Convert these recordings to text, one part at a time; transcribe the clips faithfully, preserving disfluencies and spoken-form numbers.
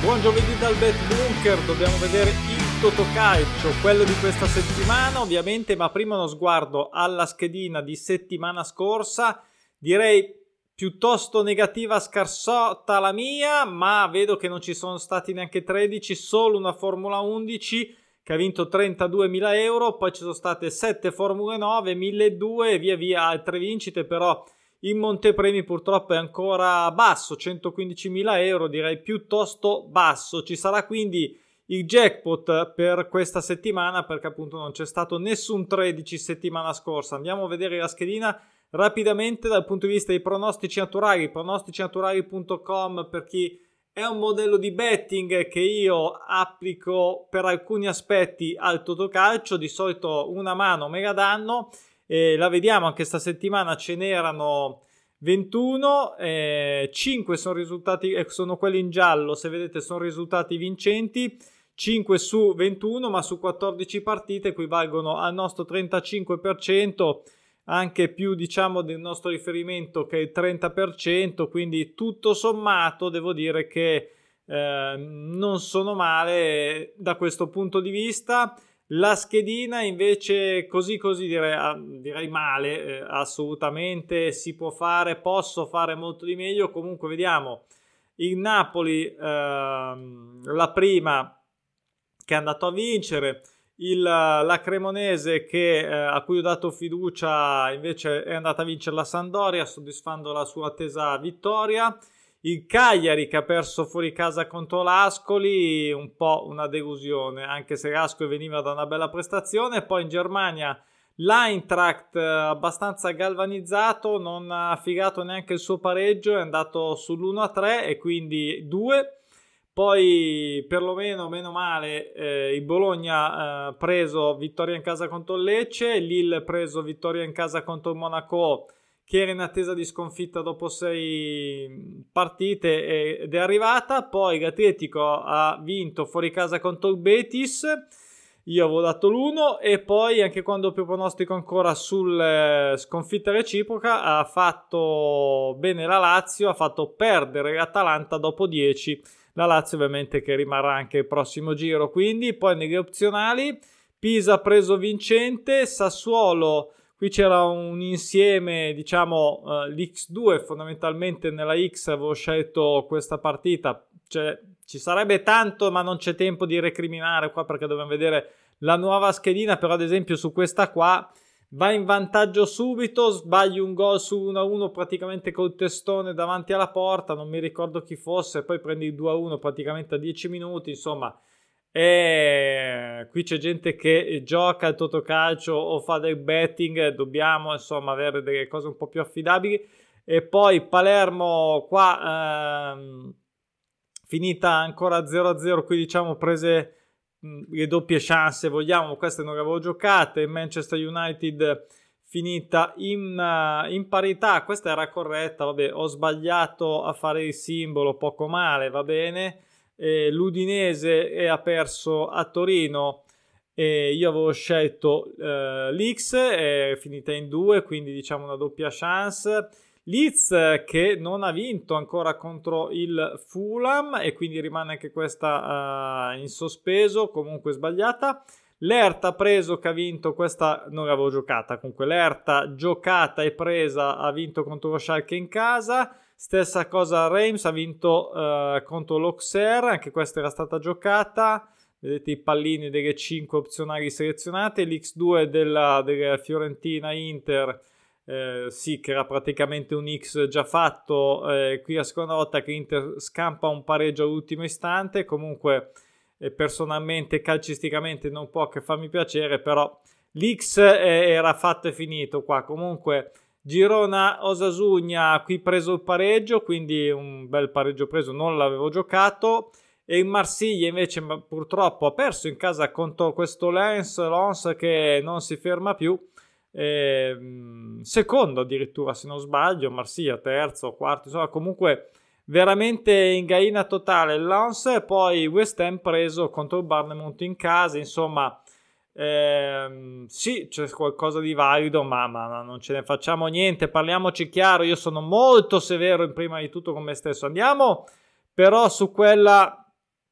Buon giovedì dal Bet Bunker, dobbiamo vedere il Totocalcio, quello di questa settimana ovviamente, ma prima uno sguardo alla schedina di settimana scorsa, direi piuttosto negativa, scarsotta la mia, ma vedo che non ci sono stati neanche tredici, solo una Formula undici che ha vinto trentaduemila euro, poi ci sono state sette Formule nove, milleduecento e via via altre vincite, però il montepremi purtroppo è ancora basso, centoquindicimila euro, direi piuttosto basso. Ci sarà quindi il jackpot per questa settimana perché appunto non c'è stato nessun tredici settimana scorsa. Andiamo a vedere la schedina rapidamente dal punto di vista dei pronostici naturali, pronostici naturali punto com per chi è un modello di betting che io applico per alcuni aspetti al Totocalcio, di solito una mano me la danno. Eh, la vediamo anche questa settimana, ce n'erano ventuno, eh, cinque sono risultati, eh, sono quelli in giallo, se vedete sono risultati vincenti, cinque su ventuno, ma su quattordici partite equivalgono al nostro trentacinque per cento, anche più diciamo del nostro riferimento che è il trenta per cento, quindi tutto sommato devo dire che eh, non sono male da questo punto di vista. La schedina invece così così direi, direi male, eh, assolutamente si può fare, posso fare molto di meglio. Comunque vediamo il Napoli, eh, la prima che è andato a vincere, il, la Cremonese che, eh, a cui ho dato fiducia invece è andata a vincere la Sampdoria soddisfando la sua attesa vittoria. Il Cagliari che ha perso fuori casa contro l'Ascoli, un po' una delusione, anche se l'Ascoli veniva da una bella prestazione. Poi in Germania l'Eintracht abbastanza galvanizzato, non ha figato neanche il suo pareggio, è andato sull'uno a tre e quindi due. Poi perlomeno, meno male, eh, il Bologna ha eh, preso vittoria in casa contro il Lecce, Lille preso vittoria in casa contro il Monaco, che era in attesa di sconfitta dopo sei partite ed è arrivata. Poi l'Atletico ha vinto fuori casa contro il Betis, io avevo dato l'uno, e poi anche qua un doppio pronostico ancora sul sconfitta reciproca, ha fatto bene la Lazio, ha fatto perdere l'Atalanta dopo dieci, la Lazio ovviamente che rimarrà anche il prossimo giro. Quindi poi nelle opzionali Pisa ha preso vincente, Sassuolo. Qui c'era un insieme, diciamo, uh, l'X due, fondamentalmente nella X avevo scelto questa partita, cioè ci sarebbe tanto ma non c'è tempo di recriminare qua perché dobbiamo vedere la nuova schedina, però ad esempio su questa qua va in vantaggio subito, sbagli un gol su uno a uno praticamente col testone davanti alla porta, non mi ricordo chi fosse, poi prendi il due a uno praticamente a dieci minuti, insomma. E qui c'è gente che gioca al Totocalcio o fa del betting, dobbiamo insomma avere delle cose un po' più affidabili. E poi Palermo qua ehm, finita ancora zero a zero, qui diciamo prese mh, le doppie chance, vogliamo, queste non le avevo giocate. Manchester United finita in, uh, in parità, questa era corretta, vabbè, ho sbagliato a fare il simbolo, poco male, va bene. Eh, l'Udinese ha perso a Torino e io avevo scelto eh, l'X, è finita in due, quindi diciamo una doppia chance. Leeds che non ha vinto ancora contro il Fulham e quindi rimane anche questa uh, in sospeso, comunque sbagliata. L'Hertha ha preso, che ha vinto, questa non l'avevo giocata, comunque l'Hertha giocata e presa, ha vinto contro lo Schalke in casa. Stessa cosa Reims, ha vinto uh, contro l'Auxerre, anche questa era stata giocata. Vedete i pallini delle cinque opzionali selezionate. L'X due della, della Fiorentina Inter, eh, sì, che era praticamente un X già fatto. Eh, qui la seconda volta che Inter scampa un pareggio all'ultimo istante. Comunque eh, personalmente, calcisticamente non può che farmi piacere, però l'X eh, era fatto e finito qua. Comunque Girona Osasuna, qui preso il pareggio, quindi un bel pareggio preso, non l'avevo giocato. E il Marsiglia invece purtroppo ha perso in casa contro questo Lens, Lens che non si ferma più, eh, secondo addirittura se non sbaglio, Marsiglia terzo, quarto, insomma comunque veramente in gaina totale il Lens. Poi West Ham preso contro il Bournemouth in casa, insomma Eh, sì, c'è qualcosa di valido, ma, ma non ce ne facciamo niente, parliamoci chiaro. Io sono molto severo in prima di tutto con me stesso. Andiamo però su quella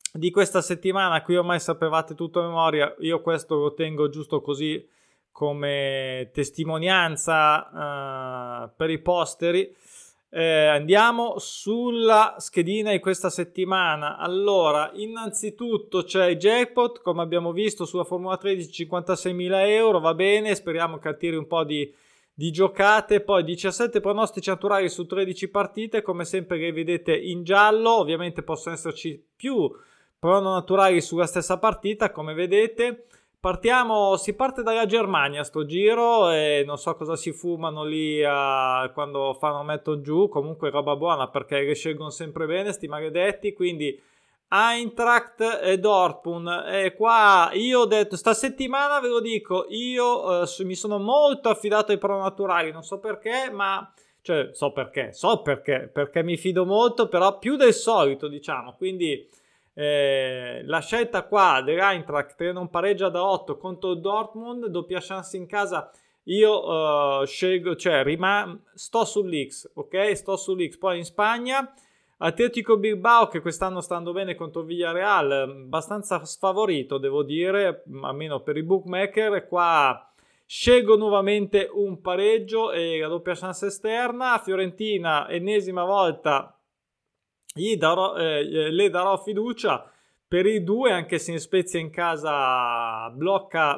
di questa settimana. Qui ormai sapevate tutto a memoria, io questo lo tengo giusto così come testimonianza uh, per i posteri. Eh, andiamo sulla schedina di questa settimana. Allora, innanzitutto c'è il jackpot, come abbiamo visto sulla Formula tredici, cinquantaseimila euro, va bene, speriamo che attiri un po' di, di giocate. Poi diciassette pronostici naturali su tredici partite, come sempre che vedete in giallo. Ovviamente possono esserci più prono naturali sulla stessa partita, come vedete. Partiamo, si parte dalla Germania sto giro e non so cosa si fumano lì a, quando fanno mettono giù, comunque roba buona perché le scelgono sempre bene sti maledetti. Quindi Eintracht e Dortmund, e qua io ho detto sta settimana, ve lo dico, io eh, mi sono molto affidato ai pronaturali, non so perché, ma cioè so perché, so perché, perché mi fido molto, però più del solito, diciamo. Quindi Eh, la scelta qua dell'Eintracht che non pareggia da otto contro il Dortmund, doppia chance in casa, io uh, scelgo, cioè rimane, sto sull'X, ok? Sto sull'X. Poi in Spagna Atletico Bilbao, che quest'anno stanno bene contro Villarreal, abbastanza sfavorito devo dire, almeno per i bookmaker, e qua scelgo nuovamente un pareggio e la doppia chance esterna. Fiorentina, ennesima volta Gli darò, eh, le darò fiducia per i due, anche se in Spezia in casa blocca,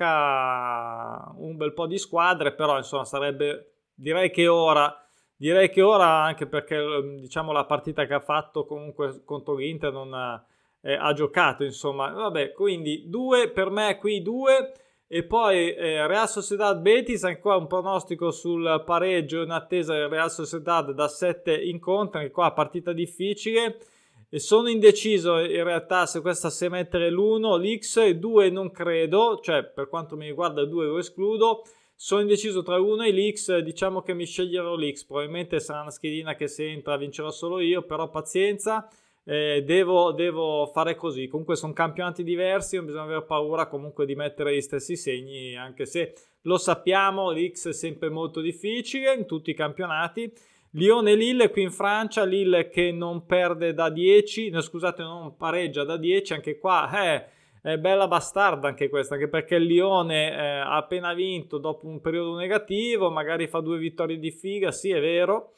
blocca un bel po' di squadre, però insomma sarebbe, direi che ora, direi che ora anche perché diciamo la partita che ha fatto comunque contro l'Inter non eh, ha giocato, insomma, vabbè, quindi due per me qui due. E poi eh, Real Sociedad Betis, ancora un pronostico sul pareggio in attesa del Real Sociedad da sette incontri, anche qua partita difficile, e sono indeciso in realtà se questa se mettere l'uno, l'X, e due non credo, cioè per quanto mi riguarda il due lo escludo. Sono indeciso tra l'uno e l'X, diciamo che mi sceglierò l'X, probabilmente sarà una schedina che se entra vincerò solo io, però pazienza. Eh, devo, devo fare così. Comunque sono campionati diversi, non bisogna aver paura comunque di mettere gli stessi segni, anche se lo sappiamo, l'X è sempre molto difficile in tutti i campionati. Lione e Lille qui in Francia, Lille che non perde da dieci, no, scusate, non pareggia da dieci, anche qua eh, è bella bastarda anche questa, anche perché il Lione eh, ha appena vinto dopo un periodo negativo, magari fa due vittorie di figa, sì è vero.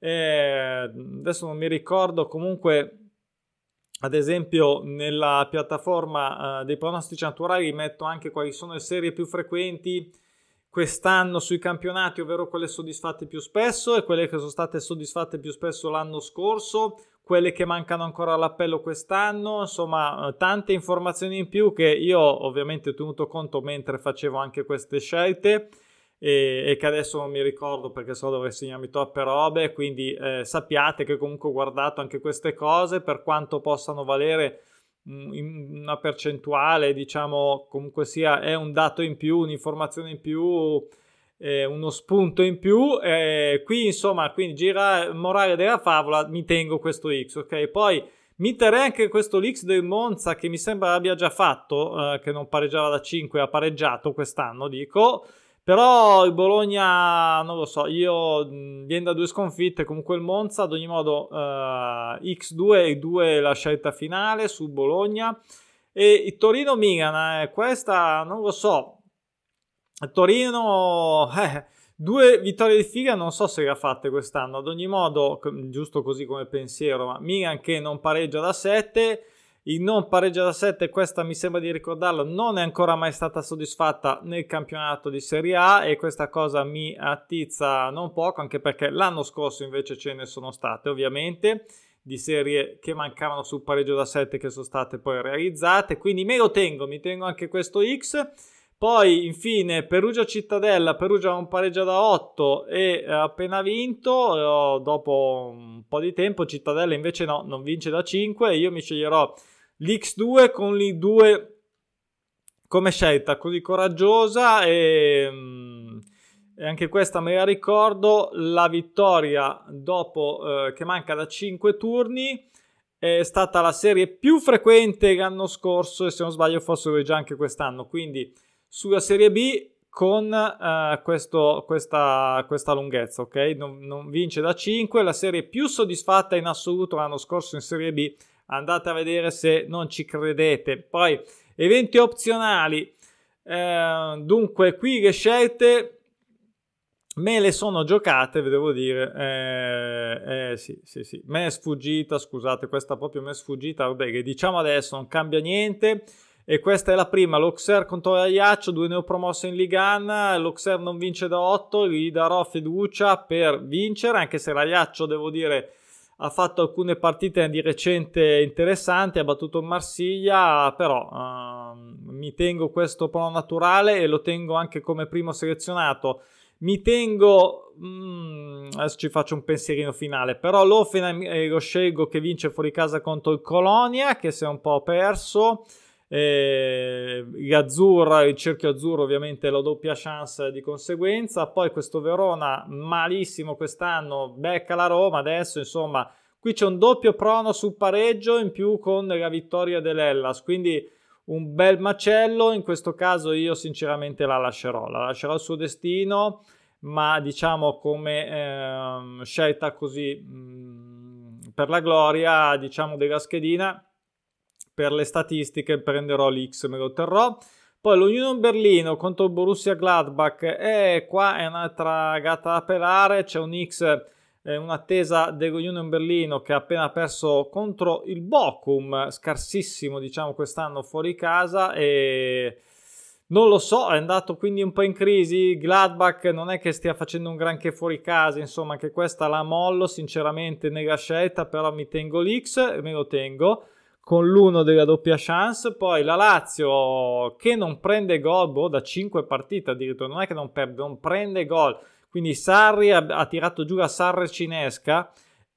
Eh, adesso non mi ricordo, comunque ad esempio nella piattaforma uh, dei pronostici naturali metto anche quali sono le serie più frequenti quest'anno sui campionati, ovvero quelle soddisfatte più spesso e quelle che sono state soddisfatte più spesso l'anno scorso, quelle che mancano ancora all'appello quest'anno, insomma uh, tante informazioni in più che io ovviamente ho tenuto conto mentre facevo anche queste scelte e, e che adesso non mi ricordo perché so dovrei segnarmi troppe robe, quindi eh, sappiate che comunque ho guardato anche queste cose, per quanto possano valere mh, in una percentuale, diciamo comunque sia è un dato in più, un'informazione in più, eh, uno spunto in più, eh, qui insomma, quindi gira morale della favola, mi tengo questo X, ok? Poi mi terrei anche questo l'X del Monza che mi sembra abbia già fatto, eh, che non pareggiava da cinque, ha pareggiato quest'anno, dico. Però il Bologna, non lo so, io viene da due sconfitte, comunque il Monza, ad ogni modo uh, X due e due la scelta finale su Bologna. E il Torino-Milan, eh, questa non lo so, Torino, eh, due vittorie di figa non so se le ha fatte quest'anno, ad ogni modo, giusto così come pensiero, ma Milan che non pareggia da sette, il non pareggia da sette, questa mi sembra di ricordarlo, non è ancora mai stata soddisfatta nel campionato di Serie A e questa cosa mi attizza non poco, anche perché l'anno scorso invece ce ne sono state ovviamente di serie che mancavano sul pareggio da sette che sono state poi realizzate, quindi me lo tengo, mi tengo anche questo X. Poi infine Perugia Cittadella, Perugia non pareggia da otto e ha appena vinto, dopo un po' di tempo. Cittadella invece no, non vince da cinque, io mi sceglierò l'X due con l'I due come scelta così coraggiosa e, e anche questa me la ricordo, la vittoria dopo eh, che manca da cinque turni è stata la serie più frequente l'anno scorso e se non sbaglio forse già anche quest'anno, quindi sulla Serie B con uh, questo, questa, questa lunghezza, ok? Non, non vince da cinque, la serie più soddisfatta in assoluto l'anno scorso in Serie B andate a vedere se non ci credete. Poi eventi opzionali, eh, dunque qui le scelte me le sono giocate, vi devo dire, eh, eh, sì, sì, sì, me è sfuggita, scusate, questa proprio me è sfuggita, vabbè, che diciamo adesso non cambia niente, e questa è la prima, l'Auxerre contro l'Ajaccio, due neopromosse in Ligue uno, l'Auxerre non vince da otto, gli darò fiducia per vincere, anche se l'Ajaccio, devo dire, ha fatto alcune partite di recente interessanti, ha battuto il Marsiglia, però uh, mi tengo questo prono naturale e lo tengo anche come primo selezionato. Mi tengo, mm, adesso ci faccio un pensierino finale, però l'Hoffenheim eh, lo scelgo che vince fuori casa contro il Colonia, che si è un po' perso, eh, l'azzurra, il cerchio azzurro ovviamente la doppia chance di conseguenza, poi questo Verona malissimo quest'anno, becca la Roma, adesso insomma qui c'è un doppio prono sul pareggio in più con la vittoria dell'Hellas, quindi un bel macello. In questo caso io sinceramente la lascerò, la lascerò al suo destino, ma diciamo come eh, scelta così mh, per la gloria, diciamo, della schedina, per le statistiche prenderò l'X, me lo terrò. Poi l'Union Berlino contro il Borussia Gladbach, e qua è un'altra gatta da pelare, c'è un X, un'attesa dell'Union Berlino che ha appena perso contro il Bochum, scarsissimo diciamo quest'anno fuori casa, e non lo so, è andato quindi un po' in crisi. Gladbach non è che stia facendo un granché fuori casa, insomma anche questa la mollo sinceramente nella scelta, però mi tengo l'X, me lo tengo con l'uno della doppia chance. Poi la Lazio che non prende gol boh, da cinque partite addirittura, non è che non perde, non prende gol. Quindi Sarri ha, ha tirato giù la Sarri cinesca,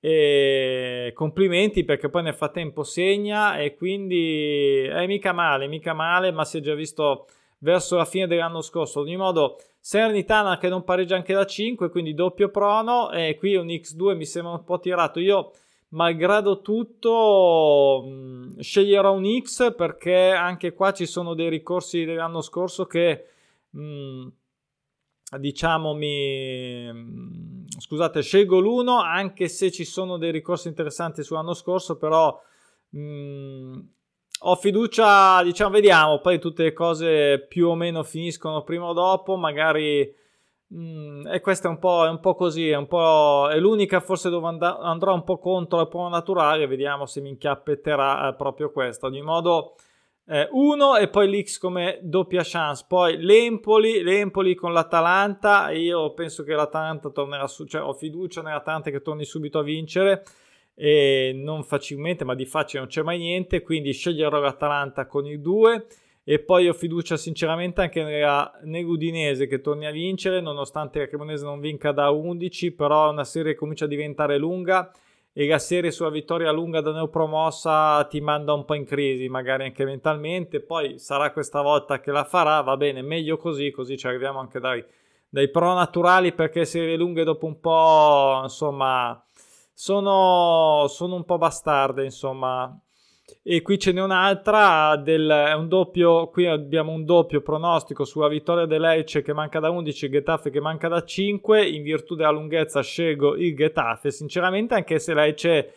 e complimenti perché poi nel frattempo segna, e quindi è mica male, mica male, ma si è già visto verso la fine dell'anno scorso. Ad ogni modo Salernitana che non pareggia anche da cinque, quindi doppio prono, e qui un X due mi sembra un po' tirato. Io malgrado tutto mh, sceglierò un X perché anche qua ci sono dei ricorsi dell'anno scorso che... Mh, diciamo mi scusate scelgo l'uno anche se ci sono dei ricorsi interessanti sull'anno scorso, però mh, ho fiducia, diciamo, vediamo, poi tutte le cose più o meno finiscono prima o dopo, magari mh, e questa è un po', è un po' così, è un po' è l'unica forse dove and- andrò un po' contro il prono naturale, vediamo se mi inchiappetterà eh, proprio questo. Ad ogni modo uno e poi l'X come doppia chance. Poi l'Empoli, l'Empoli con l'Atalanta, io penso che l'Atalanta tornerà su, cioè ho fiducia nell'Atalanta che torni subito a vincere, e non facilmente, ma di facile non c'è mai niente, quindi sceglierò l'Atalanta con il due. E poi ho fiducia sinceramente anche nella, nell'Udinese che torni a vincere, nonostante la Cremonese non vinca da undici, però è una serie che comincia a diventare lunga, e la serie sulla vittoria lunga da neopromossa ti manda un po' in crisi, magari anche mentalmente. Poi sarà questa volta che la farà, va bene, meglio così, così ci arriviamo anche dai, dai pro naturali, perché serie lunghe dopo un po', insomma, sono, sono un po' bastarde, insomma. E qui ce n'è un'altra, del, è un doppio, qui abbiamo un doppio pronostico sulla vittoria dell'Elche che manca da undici, il Getafe che manca da cinque. In virtù della lunghezza scelgo il Getafe sinceramente, anche se l'Elche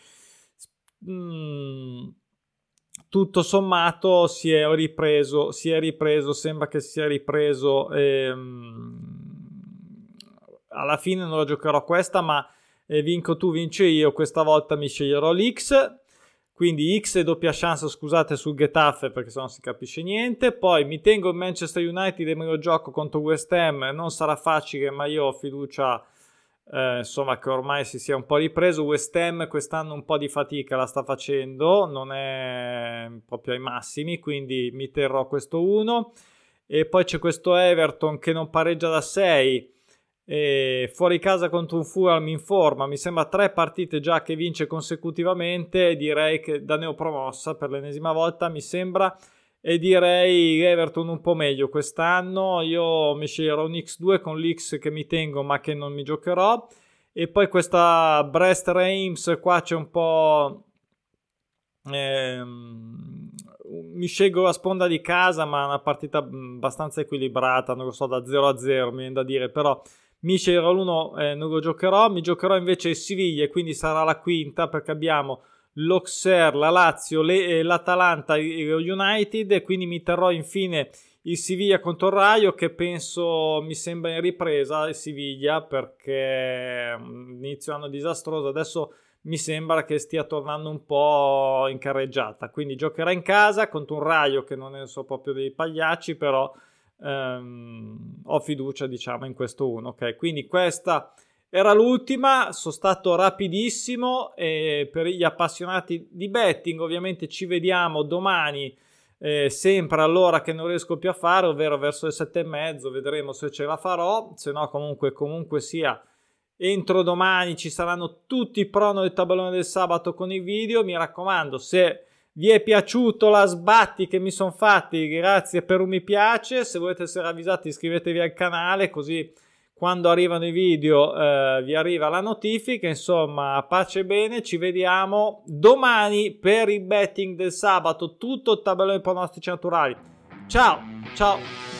mh, tutto sommato si è ripreso, si è ripreso, sembra che si sia ripreso, e, mh, alla fine non la giocherò questa, ma eh, vinco tu, vince io, questa volta mi sceglierò l'X. Quindi X e doppia chance, scusate, sul Getafe perché sennò non si capisce niente. Poi mi tengo il Manchester United e me lo gioco contro West Ham. Non sarà facile, ma io ho fiducia eh, insomma che ormai si sia un po' ripreso. West Ham quest'anno un po' di fatica la sta facendo, non è proprio ai massimi, quindi mi terrò questo uno. E poi c'è questo Everton che non pareggia da sei, e fuori casa contro un Fulham in forma, mi sembra tre partite già che vince consecutivamente, direi che da neopromossa per l'ennesima volta mi sembra, e direi Everton un po' meglio quest'anno. Io mi sceglierò un X due con l'X che mi tengo ma che non mi giocherò. E poi questa Brest Reims, qua c'è un po' ehm, mi scelgo la sponda di casa, ma è una partita abbastanza equilibrata, non lo so, da zero a zero mi viene da dire, però mi sceglierò l'uno, eh, non lo giocherò. Mi giocherò invece il Siviglia, quindi sarà la quinta, perché abbiamo l'Auxerre, la Lazio, le, l'Atalanta e lo United, e quindi mi terrò infine il Siviglia contro il Raio, che penso mi sembra in ripresa il Siviglia, perché inizio anno disastroso, adesso mi sembra che stia tornando un po' in carreggiata, quindi giocherà in casa contro un Raio che non ne so proprio dei pagliacci, però ehm, ho fiducia, diciamo, in questo uno. Ok, quindi questa era l'ultima, sono stato rapidissimo, e per gli appassionati di betting ovviamente ci vediamo domani, eh, sempre all'ora che non riesco più a fare, ovvero verso le sette e mezzo, vedremo se ce la farò, se no comunque comunque sia entro domani ci saranno tutti i prono del tabellone del sabato con i video. Mi raccomando, se vi è piaciuto la sbatti che mi sono fatti, grazie per un mi piace, se volete essere avvisati iscrivetevi al canale, così quando arrivano i video eh, vi arriva la notifica. Insomma, pace e bene, ci vediamo domani per il betting del sabato, tutto il tabellone dei pronostici naturali. Ciao, ciao!